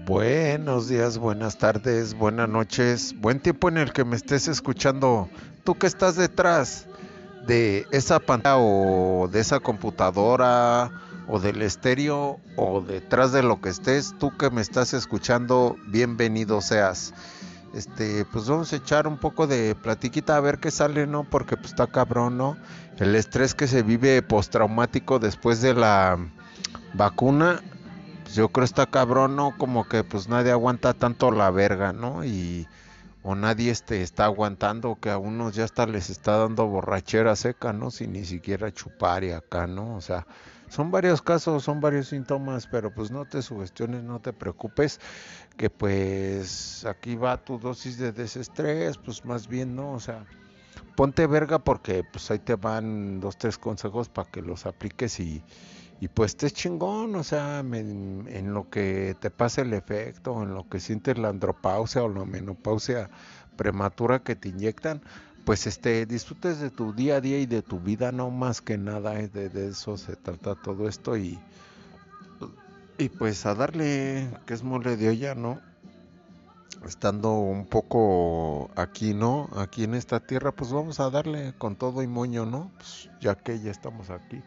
Buenos días, buenas tardes, buenas noches, buen tiempo en el que me estés escuchando. Tú que estás detrás de esa pantalla o de esa computadora o del estéreo o detrás de lo que estés, tú que me estás escuchando, bienvenido seas. Pues vamos a echar un poco de platiquita a ver qué sale, ¿no? Porque pues está cabrón, ¿no? El estrés que se vive postraumático después de la vacuna, pues yo creo está cabrón, ¿no? Como que pues nadie aguanta tanto la verga, ¿no? O nadie está aguantando, que a unos ya hasta les está dando borrachera seca, ¿no? Sin ni siquiera chupar y acá, ¿no? O sea, son varios casos, son varios síntomas, pero pues no te sugestiones, no te preocupes, que pues aquí va tu dosis de desestrés, pues más bien, ¿no? O sea, ponte verga porque pues ahí te van dos, tres consejos para que los apliques y pues estés chingón, o sea, en lo que te pasa el efecto, en lo que sientes la andropausia o la menopausia prematura que te inyectan, pues disfrutes de tu día a día y de tu vida, no más que nada, de eso se trata todo esto y pues a darle, que es mole de olla, ¿no? Estando un poco aquí, ¿no? Aquí en esta tierra, pues vamos a darle con todo y moño, ¿no? Pues ya que ya estamos aquí.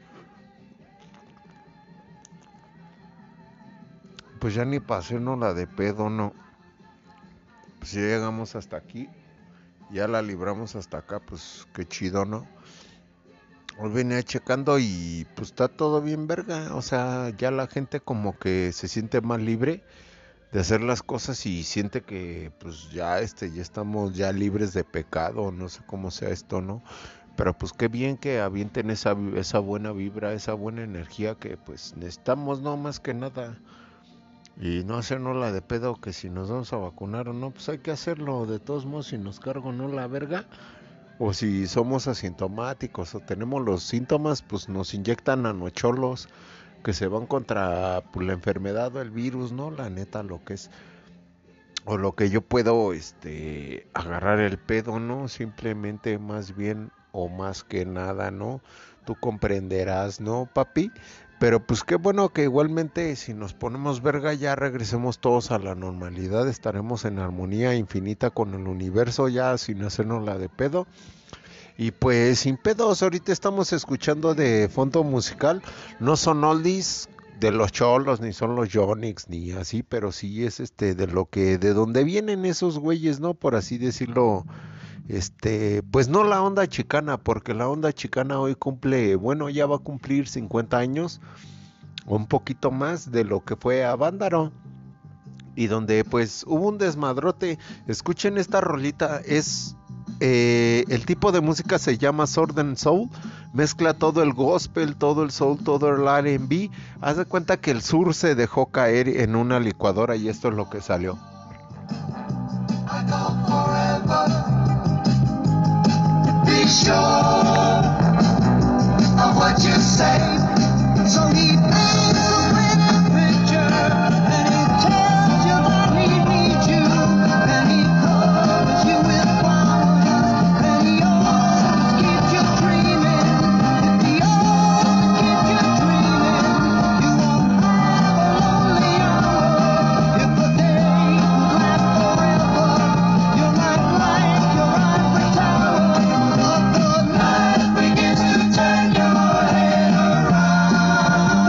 Pues ya ni pasé, no la de pedo, no. Pues ya llegamos hasta aquí, ya la libramos hasta acá, pues qué chido, ¿no? Hoy venía checando y pues está todo bien verga, o sea, ya la gente como que se siente más libre de hacer las cosas y siente que pues ya estamos ya libres de pecado, no sé cómo sea esto, ¿no? Pero pues qué bien que avienten esa buena vibra, esa buena energía que pues necesitamos, no más que nada. Y no hacernos la de pedo que si nos vamos a vacunar o no, pues hay que hacerlo de todos modos si nos cargo no la verga. O si somos asintomáticos o tenemos los síntomas, pues nos inyectan nanocholos que se van contra pues, la enfermedad o el virus, ¿no? La neta lo que es. O lo que yo puedo agarrar el pedo, ¿no? Simplemente más bien o más que nada, ¿no? Tú comprenderás, ¿no, papi? Pero pues qué bueno que igualmente si nos ponemos verga ya regresemos todos a la normalidad, estaremos en armonía infinita con el universo ya sin hacernos la de pedo. Y pues sin pedos, ahorita estamos escuchando de fondo musical, no son oldies de los cholos, ni son los Yonix, ni así, pero sí es de donde vienen esos güeyes, ¿no? Por así decirlo, pues no la onda chicana, porque la onda chicana hoy cumple, bueno, ya va a cumplir 50 años, o un poquito más de lo que fue a Vándaro. Y donde pues hubo un desmadrote. Escuchen esta rolita, el tipo de música se llama Southern Soul, mezcla todo el gospel, todo el soul, todo el R&B. Haz de cuenta que el sur se dejó caer en una licuadora y esto es lo que salió. I go forever. Be sure of what you say. So he paints a winning picture and he tells you that he needs you and he covers you with flowers and he always keeps you dreaming. He always keeps you dreaming. You won't have a lonely hour if the day lasts forever. You're not like your ivory tower, but the night begins to turn your head around.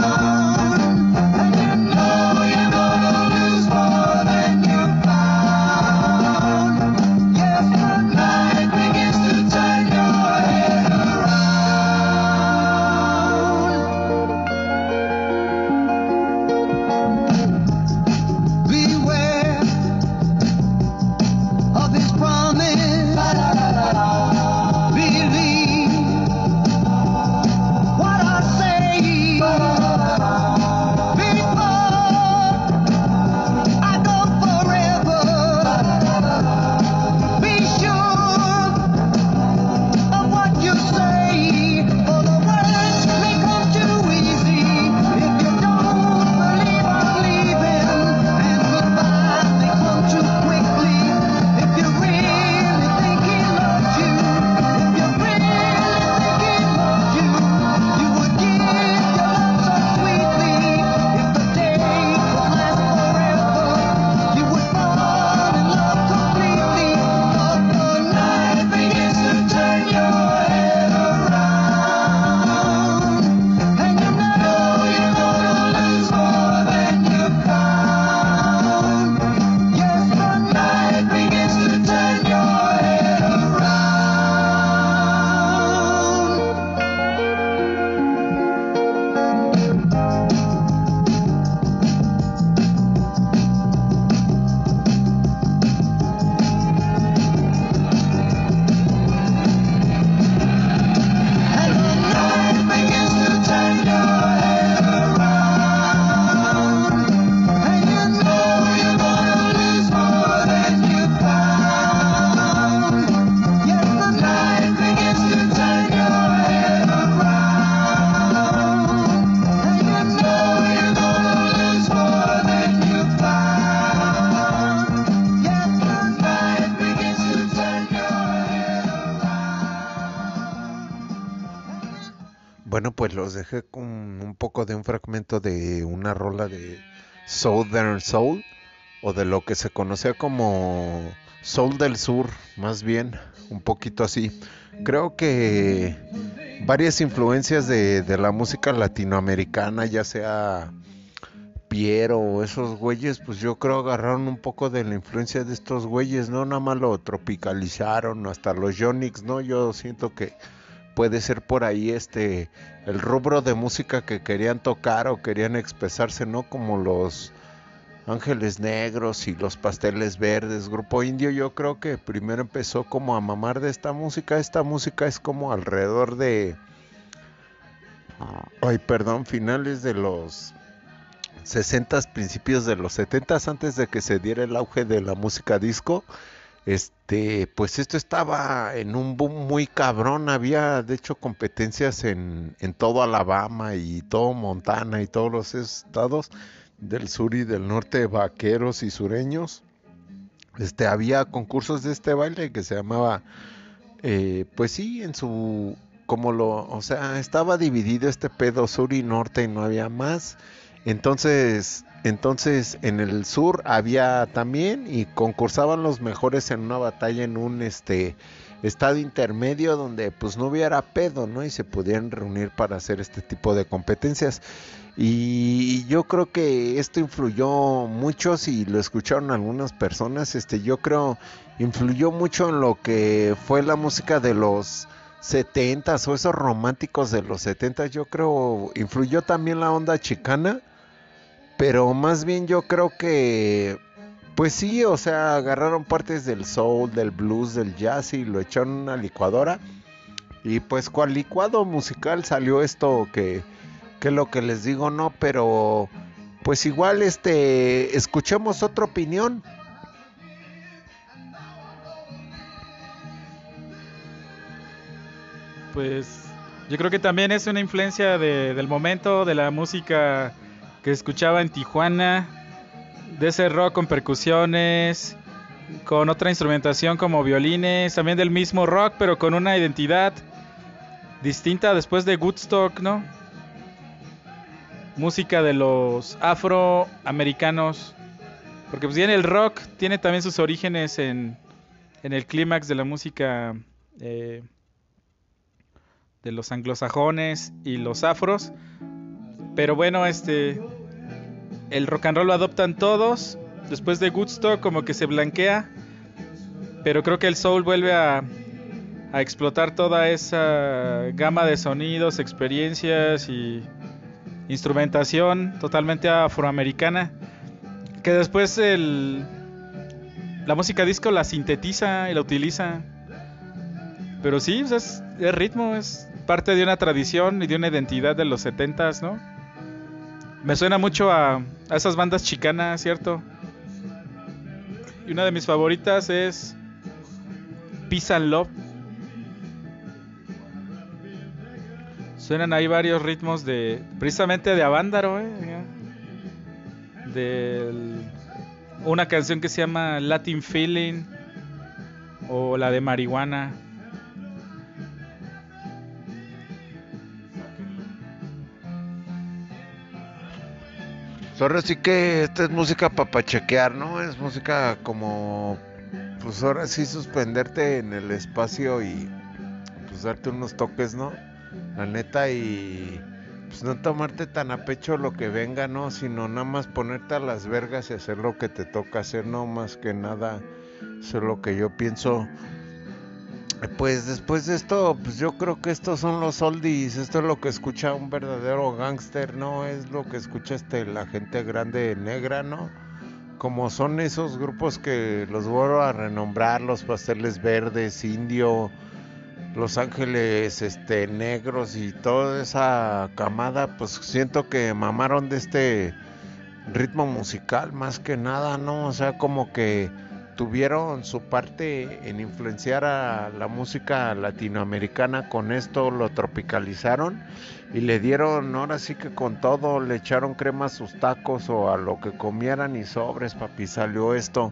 pues los dejé con un poco de un fragmento de una rola de Southern Soul, o de lo que se conocía como Soul del Sur, más bien, un poquito así. Creo que varias influencias de la música latinoamericana, ya sea Piero o esos güeyes, pues yo creo agarraron un poco de la influencia de estos güeyes, ¿no? Nada más lo tropicalizaron, hasta los Yonix, ¿no? Yo siento que puede ser por ahí el rubro de música que querían tocar o querían expresarse, ¿no? Como los Ángeles Negros y los Pasteles Verdes, Grupo Indio. Yo creo que primero empezó como a mamar de esta música. Esta música es como alrededor de, ay, perdón, finales de los 60s, principios de los 70s, antes de que se diera el auge de la música disco. Pues esto estaba en un boom muy cabrón. Había de hecho competencias en todo Alabama y todo Montana y todos los estados del sur y del norte, vaqueros y sureños. Había concursos de este baile que se llamaba, pues sí, o sea, estaba dividido este pedo sur y norte y no había más. Entonces en el sur había también y concursaban los mejores en una batalla en un estado intermedio donde pues no hubiera pedo, ¿no? Y se pudieran reunir para hacer este tipo de competencias. Y yo creo que esto influyó mucho, si lo escucharon algunas personas, yo creo influyó mucho en lo que fue la música de los 70s o esos románticos de los 70s. Yo creo influyó también la onda chicana, pero más bien yo creo que, pues sí, o sea, agarraron partes del soul, del blues, del jazz y lo echaron en una licuadora. Y pues cual licuado musical salió esto que es lo que les digo, no, pero pues igual escuchemos otra opinión. Pues yo creo que también es una influencia del momento, de la música que escuchaba en Tijuana, de ese rock con percusiones, con otra instrumentación como violines, también del mismo rock, pero con una identidad distinta después de Woodstock, ¿no? Música de los afroamericanos, porque pues bien el rock tiene también sus orígenes en el clímax de la música eh, de los anglosajones y los afros, pero bueno, el rock and roll lo adoptan todos, después de Woodstock como que se blanquea, pero creo que el soul vuelve a explotar toda esa gama de sonidos, experiencias y instrumentación totalmente afroamericana, que después la música disco la sintetiza y la utiliza. Pero sí, es ritmo, es parte de una tradición y de una identidad de los 70s, ¿no? Me suena mucho a esas bandas chicanas, ¿cierto? Y una de mis favoritas es Peace and Love. Suenan ahí varios ritmos precisamente de Avándaro, de una canción que se llama Latin Feeling o la de Marihuana. Ahora sí que esta es música para pachequear, ¿no? Es música como, pues ahora sí suspenderte en el espacio y pues darte unos toques, ¿no? La neta, y pues no tomarte tan a pecho lo que venga, ¿no? Sino nada más ponerte a las vergas y hacer lo que te toca hacer, no más que nada. Eso es lo que yo pienso. Pues después de esto, pues yo creo que estos son los oldies. Esto es lo que escucha un verdadero gángster, ¿no? Es lo que escucha la gente grande negra, ¿no? Como son esos grupos que los vuelvo a renombrar: los Pasteles Verdes, Indio, Los Ángeles Negros y toda esa camada. Pues siento que mamaron de este ritmo musical más que nada, ¿no? O sea, como que tuvieron su parte en influenciar a la música latinoamericana. Con esto lo tropicalizaron y le dieron, ahora sí que con todo, le echaron crema a sus tacos o a lo que comieran y sobres, papi, salió esto.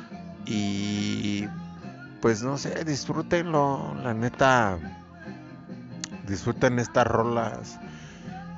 Y pues no sé, disfrútenlo, la neta, disfruten estas rolas.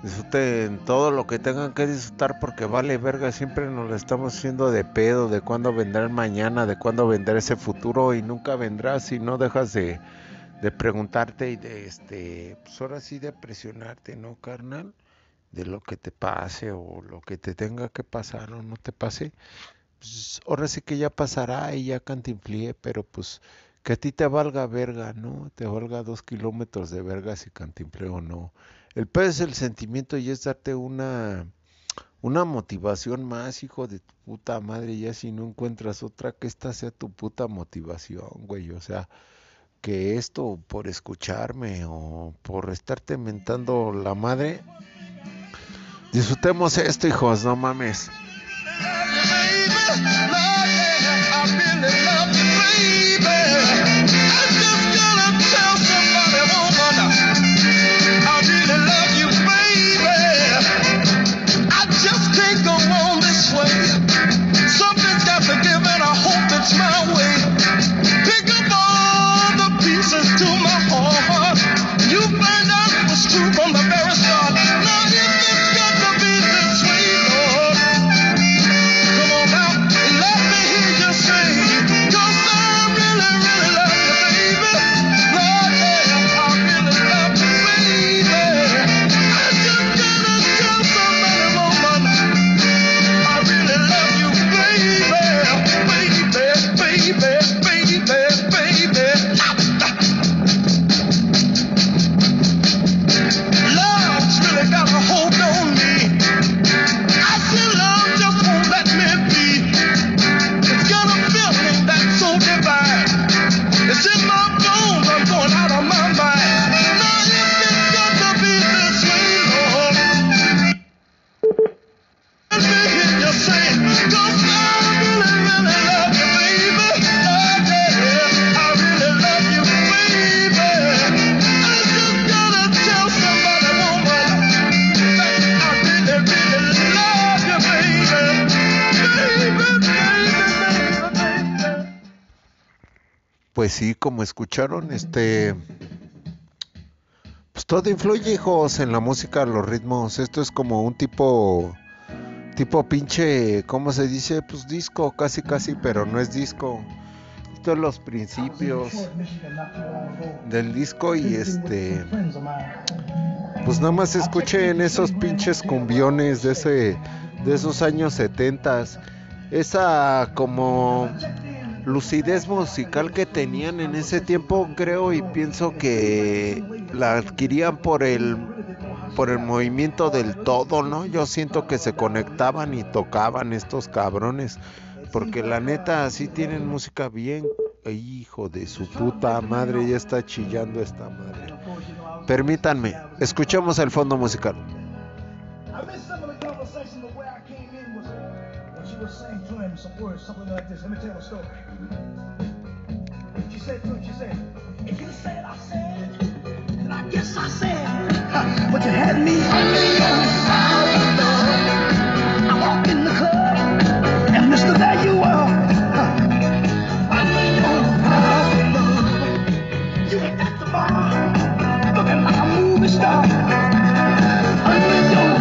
disfruten todo lo que tengan que disfrutar porque vale verga, siempre nos lo estamos haciendo de pedo, de cuándo vendrá el mañana, de cuándo vendrá ese futuro y nunca vendrá si no dejas de preguntarte y de pues ahora sí de presionarte, ¿no, carnal? De lo que te pase o lo que te tenga que pasar o no te pase, pues ahora sí que ya pasará y ya cantinflié, pero pues que a ti te valga verga, ¿no? Te valga 2 kilómetros de verga si cantinflé o no. El pedo es el sentimiento y es darte una motivación más, hijo de tu puta madre, ya si no encuentras otra, que esta sea tu puta motivación, güey, o sea, que esto por escucharme o por estarte mentando la madre, disfrutemos esto, hijos, no mames. Pues sí, como escucharon, pues todo influye, hijos, en la música, los ritmos. Esto es como un tipo pinche, ¿cómo se dice? Pues disco, casi, pero no es disco. Esto es los principios del disco y pues nada más escuchen esos pinches cumbiones de esos años 70s. Esa como lucidez musical que tenían en ese tiempo, creo y pienso que la adquirían por el movimiento del todo, ¿no? Yo siento que se conectaban y tocaban estos cabrones, porque la neta sí tienen música bien. Hijo de su puta madre, ya está chillando esta madre. Permítanme, escuchemos el fondo musical. Was saying to him some words, something like this. Let me tell you a story. She said to him, if you said I said, then I guess I said, but you had me under your power. I walked in the club, and mister, there you were. Under your power. You were at the bar, looking like a movie star. Under your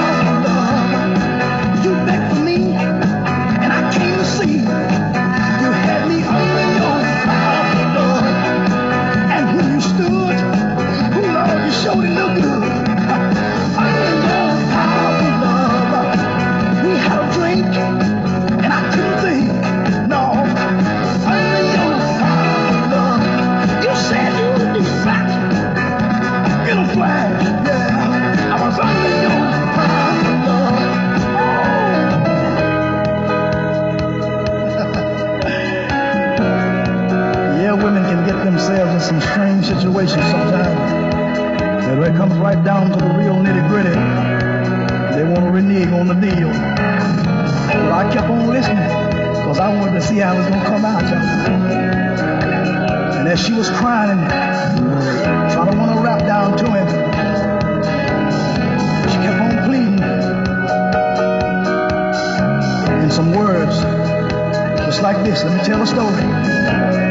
power. You begged for me. You had me under your power, Lord. And when you stood, oh Lord, you showed it look good. Under your power, Lord. We had a drink, and I couldn't think. No, under your power, Lord. You said you would be back in a flash. Yeah, I was under your power, Lord. Women can get themselves in some strange situations sometimes. And when it comes right down to the real nitty-gritty, they want to renege on the deal. But I kept on listening because I wanted to see how it was going to come out. And as she was crying and trying to want to rap down to him, she kept on pleading in some words just like this. Let me tell a story.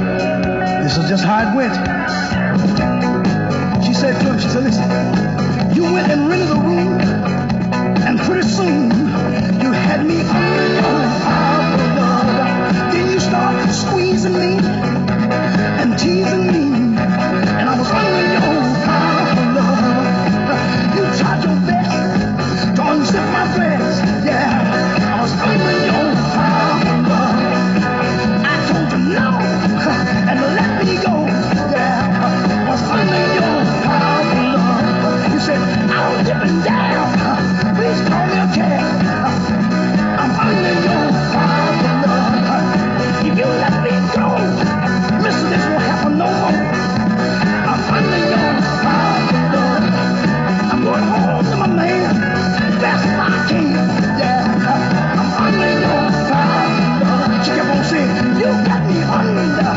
This is just how it went. She said to him, she said, listen, You went and rented a room, and pretty soon you had me under your powerful love. Then you started squeezing me and teasing me, and I was under your powerful love. You tried your best to unzip my dress, yeah. I was under your powerful love. I told you no, and let me go, yeah. I was under your powerful love. You said I'm dipping down, please call me a cab. I'm under your powerful love. If you let me go, listen, this won't happen no more. I'm under your powerful love. I'm going home to my man, best I can, yeah. I'm under your powerful love. She kept on saying, you got me under your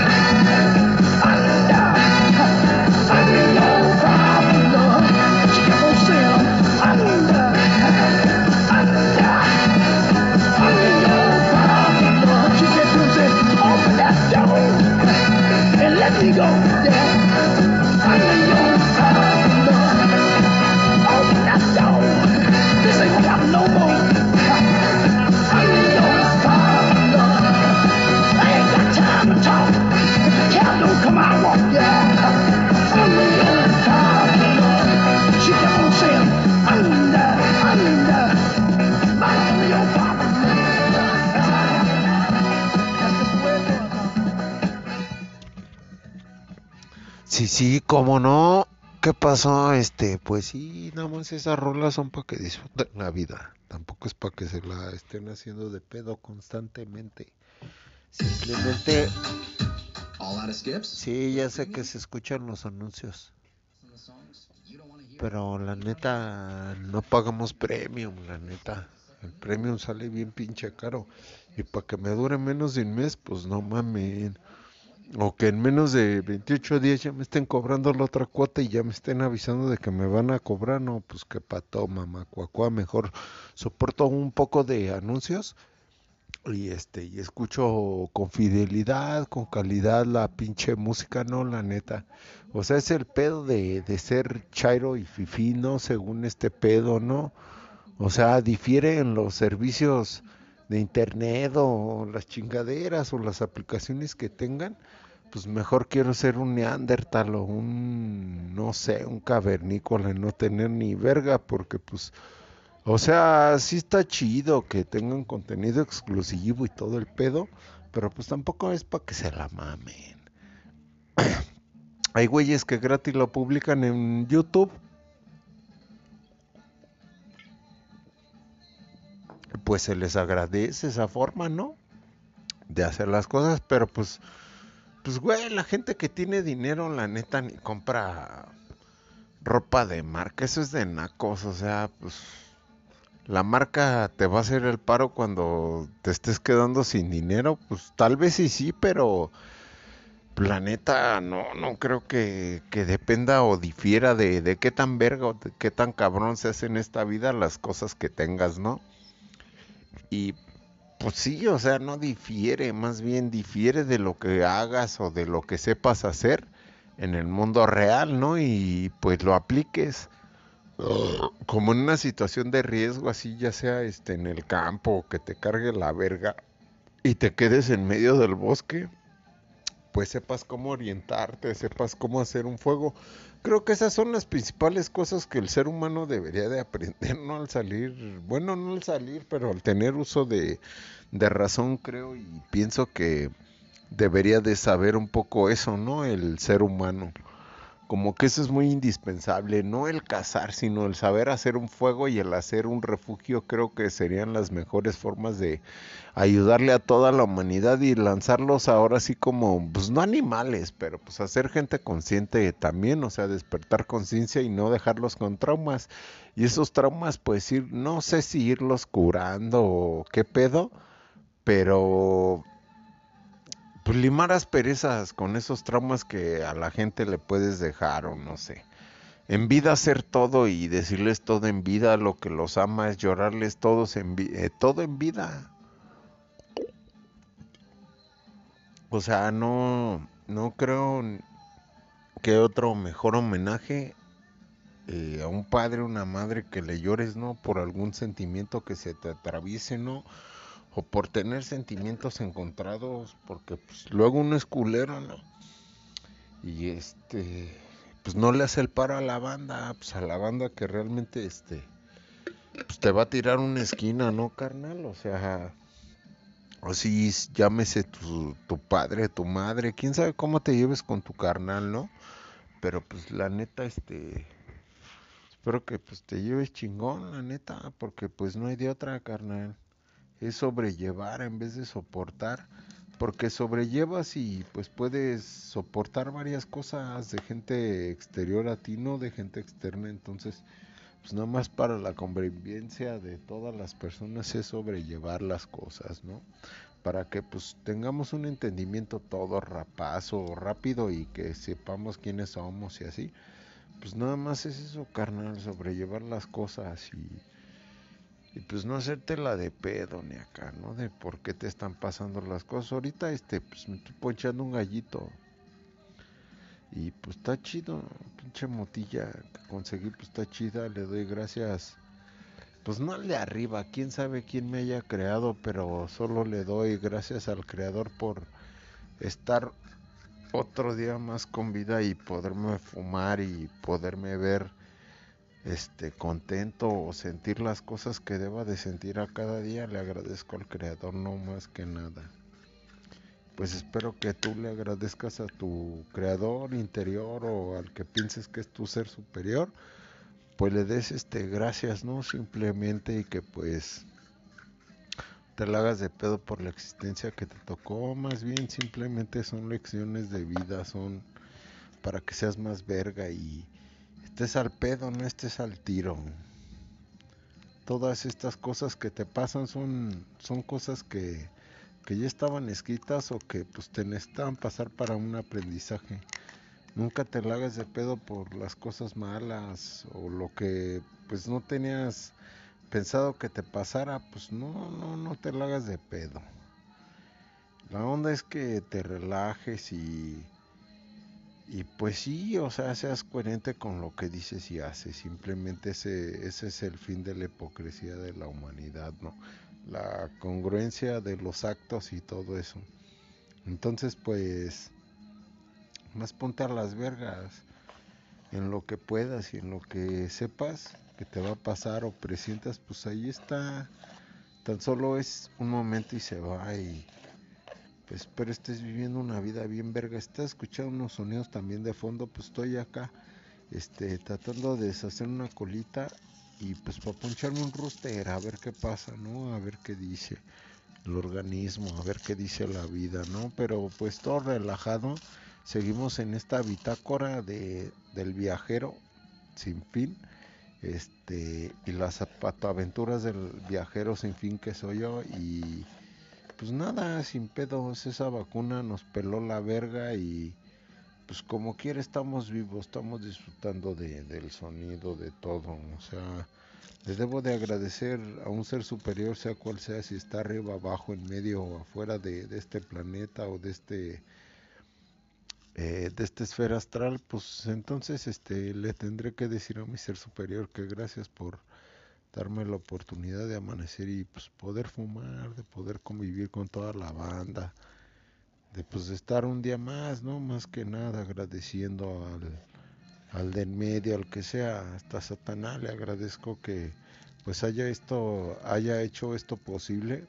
powerful love. She kept on saying, under your powerful love. She said to him, open that door and let me go, yeah. Under your powerful love. Open that door. This ain't gonna happen no more. Under your powerful love. I ain't got time to talk. If the cab don't come, I walk, yeah. Under your powerful love. She kept on saying, under your powerful love. That's just the way it was. Sí, cómo no. ¿Qué pasó? Pues sí, nada más esas rolas son para que disfruten la vida. Tampoco es para que se la estén haciendo de pedo constantemente. Simplemente, sí, ya sé que se escuchan los anuncios, pero la neta no pagamos premium, la neta. El premium sale bien pinche caro. Y para que me dure menos de un mes, pues no mamen. O que en menos de 28 días ya me estén cobrando la otra cuota y ya me estén avisando de que me van a cobrar. No, pues que pato, mamá, cuacua. Mejor soporto un poco de anuncios y escucho con fidelidad, con calidad la pinche música, no, la neta. O sea, es el pedo de ser chairo y fifí, ¿no? Según este pedo, ¿no? O sea, difiere en los servicios de internet o las chingaderas o las aplicaciones que tengan. Pues mejor quiero ser un neandertal o no sé, un cavernícola y no tener ni verga porque pues, o sea, sí está chido que tengan contenido exclusivo y todo el pedo, pero pues tampoco es para que se la mamen. Hay güeyes que gratis lo publican en YouTube. Pues se les agradece esa forma, ¿no? De hacer las cosas, pero pues güey, la gente que tiene dinero, la neta, ni compra ropa de marca, eso es de nacos, o sea, pues la marca te va a hacer el paro cuando te estés quedando sin dinero, pues tal vez sí, pero la neta no creo que dependa o difiera de qué tan verga o de qué tan cabrón se hace en esta vida las cosas que tengas, ¿no? Y pues sí, o sea, no difiere, más bien difiere de lo que hagas o de lo que sepas hacer en el mundo real, ¿no? Y pues lo apliques como en una situación de riesgo, así ya sea en el campo o que te cargue la verga y te quedes en medio del bosque, pues sepas cómo orientarte, sepas cómo hacer un fuego. Creo que esas son las principales cosas que el ser humano debería de aprender, ¿no? Al salir, bueno, no al salir, pero al tener uso de razón, creo, y pienso que debería de saber un poco eso, ¿no? El ser humano. Como que eso es muy indispensable, no el cazar, sino el saber hacer un fuego y el hacer un refugio, creo que serían las mejores formas de ayudarle a toda la humanidad y lanzarlos ahora así como, pues no animales, pero pues hacer gente consciente también, o sea, despertar conciencia y no dejarlos con traumas. Y esos traumas, pues ir, no sé si irlos curando o qué pedo, pero pues limar asperezas con esos traumas que a la gente le puedes dejar o no sé. En vida hacer todo y decirles todo en vida, lo que los ama es llorarles todos todo en vida. O sea, no creo que otro mejor homenaje a un padre, una madre que le llores, ¿no? Por algún sentimiento que se te atraviese, ¿no? O por tener sentimientos encontrados, porque pues luego uno es culero, ¿no? Y pues no le hace el paro a la banda, pues a la banda que realmente, pues te va a tirar una esquina, ¿no, carnal? O sea, así llámese tu padre, tu madre, quién sabe cómo te lleves con tu carnal, ¿no? Pero pues la neta, espero que pues te lleves chingón, la neta, porque pues no hay de otra, carnal. Es sobrellevar en vez de soportar, porque sobrellevas y pues puedes soportar varias cosas de gente exterior a ti, no de gente externa, entonces pues nada más para la convivencia de todas las personas es sobrellevar las cosas, ¿no? Para que pues tengamos un entendimiento todo rapazo, rápido y que sepamos quiénes somos y así. Pues nada más es eso, carnal, sobrellevar las cosas y pues no hacerte la de pedo ni acá, ¿no? De por qué te están pasando las cosas. Ahorita pues me estoy ponchando un gallito. Y pues está chido, pinche motilla que conseguí, pues está chida, le doy gracias. Pues no al de arriba, quién sabe quién me haya creado, pero solo le doy gracias al creador por estar otro día más con vida y poderme fumar y poderme ver contento o sentir las cosas que deba de sentir a cada día. Le agradezco al creador, no más que nada. Pues espero que tú le agradezcas a tu creador interior o al que pienses que es tu ser superior, pues le des gracias, ¿no? Simplemente, y que pues te la hagas de pedo por la existencia que te tocó. Más bien simplemente son lecciones de vida, son para que seas más verga y estés al pedo, no estés al tiro. Todas estas cosas que te pasan son cosas que ya estaban escritas o que pues te necesitaban pasar para un aprendizaje. Nunca te la hagas de pedo por las cosas malas o lo que pues no tenías pensado que te pasara, pues no te la hagas de pedo. La onda es que te relajes y pues sí, o sea, seas coherente con lo que dices y haces. Simplemente ese es el fin de la hipocresía de la humanidad, ¿no? La congruencia de los actos y todo eso. Entonces, pues, más ponte a las vergas en lo que puedas y en lo que sepas que te va a pasar o presientas, pues ahí está. Tan solo es un momento y se va y pues espero estés viviendo una vida bien verga. Estás escuchando unos sonidos también de fondo, pues estoy acá tratando de deshacer una colita y pues para poncharme un rooster a ver qué pasa, ¿no? A ver qué dice el organismo, a ver qué dice la vida, ¿no? Pero pues todo relajado, seguimos en esta bitácora del viajero sin fin, y las patoaventuras del viajero sin fin que soy yo y pues nada, sin pedos, esa vacuna nos peló la verga y pues como quiera estamos vivos, estamos disfrutando del sonido, de todo, o sea, le debo de agradecer a un ser superior, sea cual sea, si está arriba, abajo, en medio o afuera de este planeta o de esta esfera astral, pues entonces le tendré que decir a mi ser superior que gracias por darme la oportunidad de amanecer y pues poder fumar, de poder convivir con toda la banda, de pues estar un día más, ¿no? Más que nada agradeciendo al de en medio, al que sea, hasta Satanás le agradezco que pues haya hecho esto posible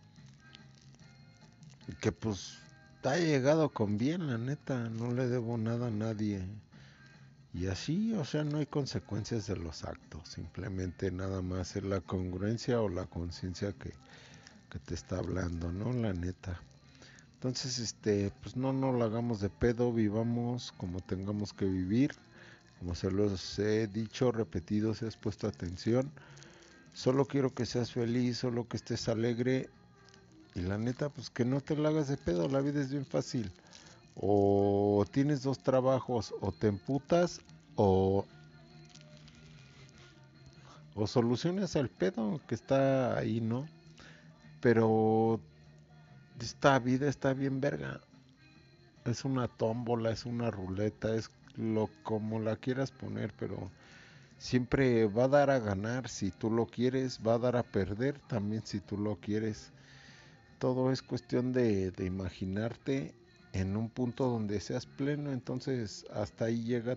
y que pues haya llegado con bien, la neta, no le debo nada a nadie. Y así, o sea, no hay consecuencias de los actos, simplemente nada más es la congruencia o la conciencia que te está hablando, ¿no? La neta. Entonces, pues no lo hagamos de pedo, vivamos como tengamos que vivir. Como se los he dicho, repetido, si has puesto atención. Solo quiero que seas feliz, solo que estés alegre. Y la neta, pues que no te la hagas de pedo, la vida es bien fácil. O tienes dos trabajos, o te emputas, o, o solucionas el pedo que está ahí, ¿no? Pero esta vida está bien verga. Es una tómbola, es una ruleta, es lo como la quieras poner, pero siempre va a dar a ganar si tú lo quieres, va a dar a perder también si tú lo quieres. Todo es cuestión de imaginarte en un punto donde seas pleno, entonces hasta ahí llega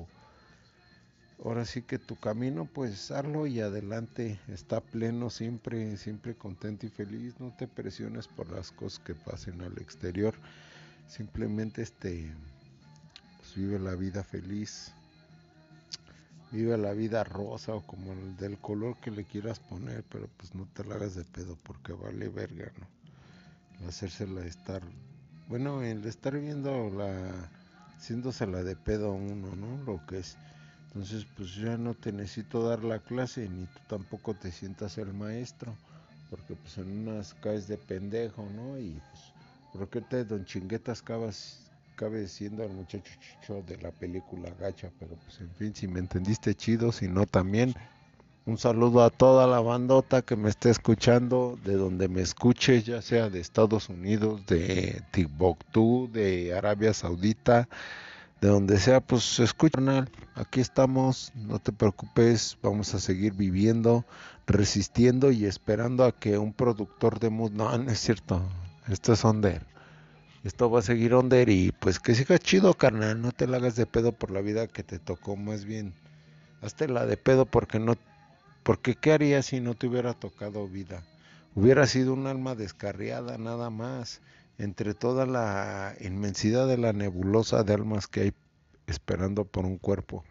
ahora sí que tu camino, pues hazlo y adelante, está pleno siempre, siempre contento y feliz, no te presiones por las cosas que pasen al exterior, simplemente pues vive la vida feliz, vive la vida rosa o como el del color que le quieras poner, pero pues no te la hagas de pedo porque vale verga, ¿no? El hacérsela estar, bueno, el estar viendo haciéndosela de pedo a uno, ¿no? Lo que es. Entonces, pues ya no te necesito dar la clase, ni tú tampoco te sientas el maestro, porque pues en unas caes de pendejo, ¿no? Y pues, ¿por qué Don Chinguetas cabe siendo el muchacho chicho de la película gacha? Pero pues en fin, si me entendiste chido, si no también, un saludo a toda la bandota que me esté escuchando, de donde me escuche, ya sea de Estados Unidos, de Timbuktu, de Arabia Saudita, de donde sea, pues escucha, carnal, aquí estamos, no te preocupes, vamos a seguir viviendo, resistiendo y esperando a que un productor de no, no es cierto, esto es Onder, esto va a seguir Onder y pues que siga chido, carnal, no te la hagas de pedo por la vida que te tocó, más bien, hazte la de pedo porque ¿qué harías si no te hubiera tocado vida? Hubiera sido un alma descarriada nada más, entre toda la inmensidad de la nebulosa de almas que hay esperando por un cuerpo.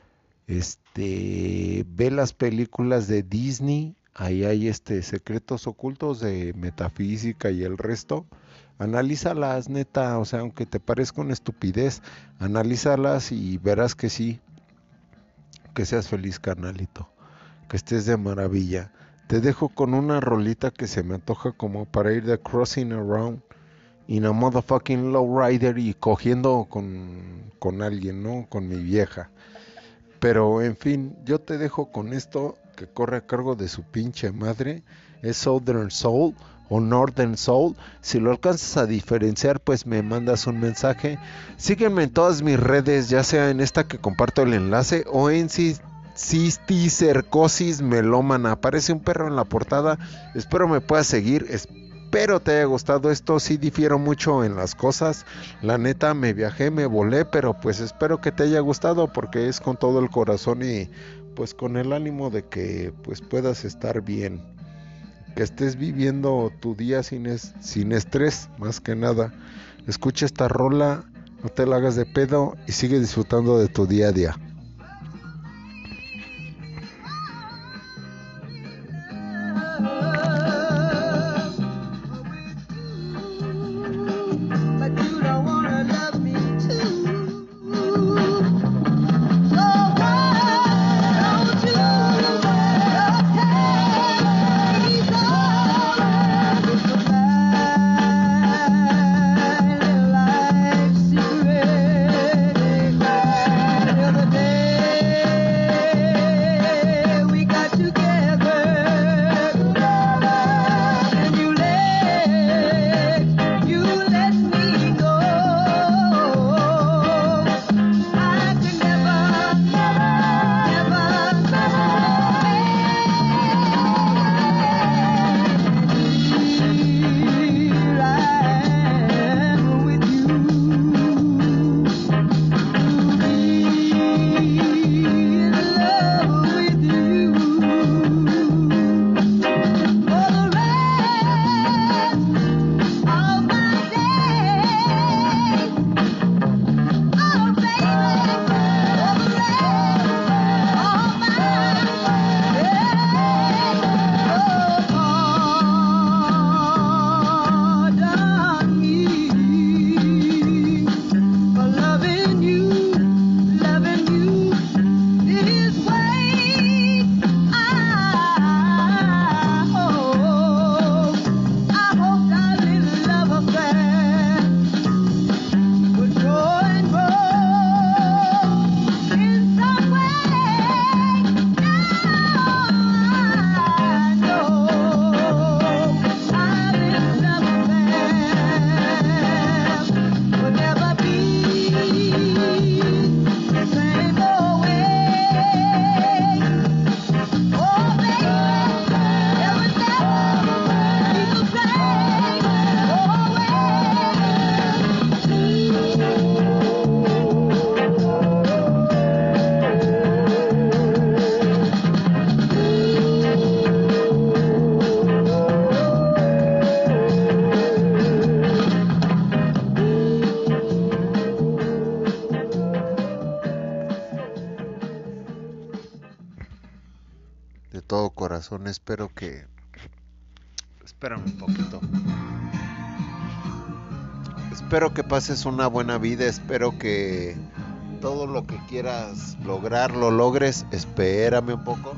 Ve las películas de Disney, ahí hay secretos ocultos de metafísica y el resto. Analízalas, neta, o sea, aunque te parezca una estupidez, analízalas y verás que sí, que seas feliz, carnalito, que estés de maravilla. Te dejo con una rolita que se me antoja como para ir de crossing around in a motherfucking lowrider y cogiendo con alguien, ¿no? Con mi vieja. Pero en fin, yo te dejo con esto que corre a cargo de su pinche madre. Es Southern Soul o Northern Soul. Si lo alcanzas a diferenciar, pues me mandas un mensaje. Sígueme en todas mis redes, ya sea en esta que comparto el enlace o en cisticercosis melómana. Aparece un perro en la portada. Espero me puedas seguir. Espero te haya gustado esto. Sí difiero mucho en las cosas. La neta me viajé, me volé, pero pues espero que te haya gustado porque es con todo el corazón y pues con el ánimo de que pues puedas estar bien. Que estés viviendo tu día sin estrés, más que nada. Escucha esta rola, no te la hagas de pedo y sigue disfrutando de tu día a día. The day corazón. Espero que... Espérame un poquito. Espero que pases una buena vida. Espero que todo lo que quieras lograr lo logres. Espérame un poco.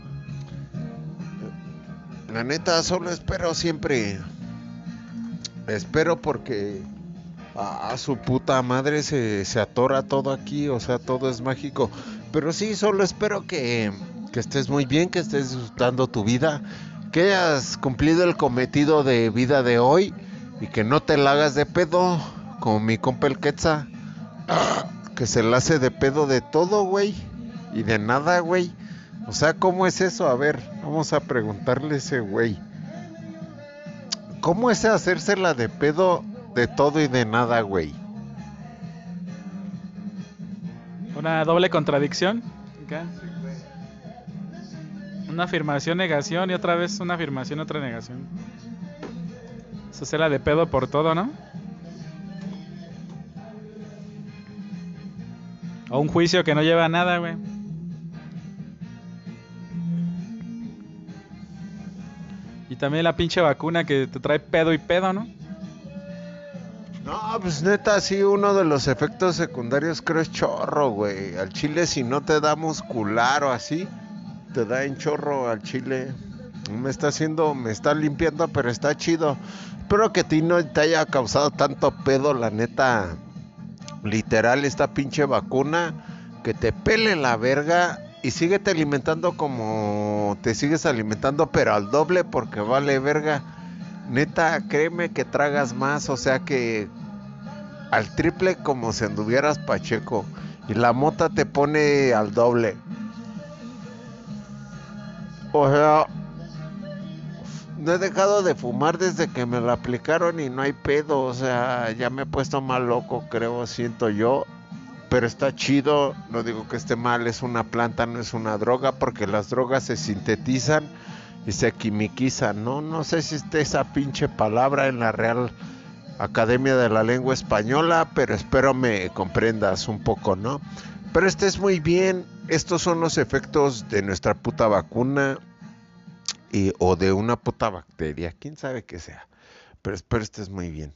La neta, solo espero siempre. Espero porque a su puta madre se atora todo aquí. O sea, todo es mágico. Pero sí, solo espero que estés muy bien, que estés disfrutando tu vida, que hayas cumplido el cometido de vida de hoy y que no te la hagas de pedo como mi compa el Quetza, que se la hace de pedo de todo, güey, y de nada, güey. O sea, ¿cómo es eso? A ver, vamos a preguntarle a ese güey. ¿Cómo es hacérsela de pedo de todo y de nada, güey? Una doble contradicción. ¿Acá? Una afirmación, negación y otra vez una afirmación, otra negación. Eso será de pedo por todo, ¿no? O un juicio que no lleva a nada, güey. Y también la pinche vacuna que te trae pedo y pedo, ¿no? No, pues neta, sí, uno de los efectos secundarios creo es chorro, güey. Al chile si no te da muscular o así, te da en chorro al chile. Me está limpiando, pero está chido. Espero que a ti no te haya causado tanto pedo, la neta. Literal, esta pinche vacuna, que te pele la verga y síguete alimentando como te sigues alimentando, pero al doble porque vale verga. Neta, créeme que tragas más, o sea que al triple como si anduvieras pacheco. Y la mota te pone al doble. O sea, no he dejado de fumar desde que me lo aplicaron y no hay pedo. O sea, ya me he puesto mal loco, creo, siento yo. Pero está chido, no digo que esté mal, es una planta, no es una droga, porque las drogas se sintetizan y se quimiquizan, ¿no? No sé si esté esa pinche palabra en la Real Academia de la Lengua Española, pero espero me comprendas un poco, ¿no? Pero estés muy bien, estos son los efectos de nuestra puta vacuna o de una puta bacteria, quién sabe qué sea, pero espero estés muy bien.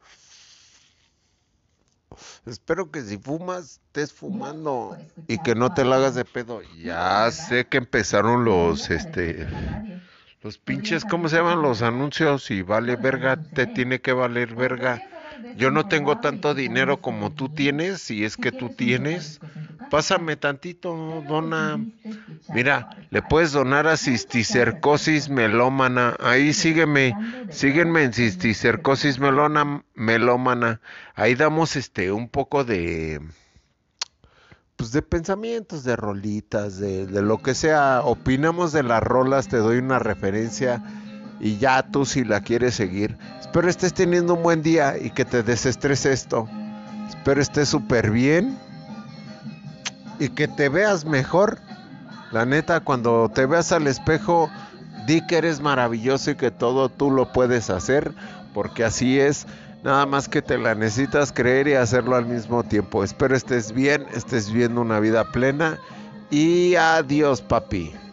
Espero que si fumas, estés fumando y que no te la hagas de pedo. Ya sé que empezaron los pinches, ¿cómo se llaman? Los anuncios y vale verga, te tiene que valer verga. Yo no tengo tanto dinero como tú tienes, si es que tú tienes. Pásame tantito, dona. Mira, le puedes donar a Cisticercosis Melómana. Ahí sígueme en Cisticercosis Melómana. Ahí damos un poco de pues de pensamientos, de rolitas, de lo que sea. Opinamos de las rolas, te doy una referencia y ya tú si la quieres seguir. Espero estés teniendo un buen día y que te desestrese esto. Espero estés súper bien y que te veas mejor. La neta, cuando te veas al espejo, di que eres maravilloso y que todo tú lo puedes hacer, porque así es. Nada más que te la necesitas creer y hacerlo al mismo tiempo. Espero estés bien, estés viviendo una vida plena y adiós, papi.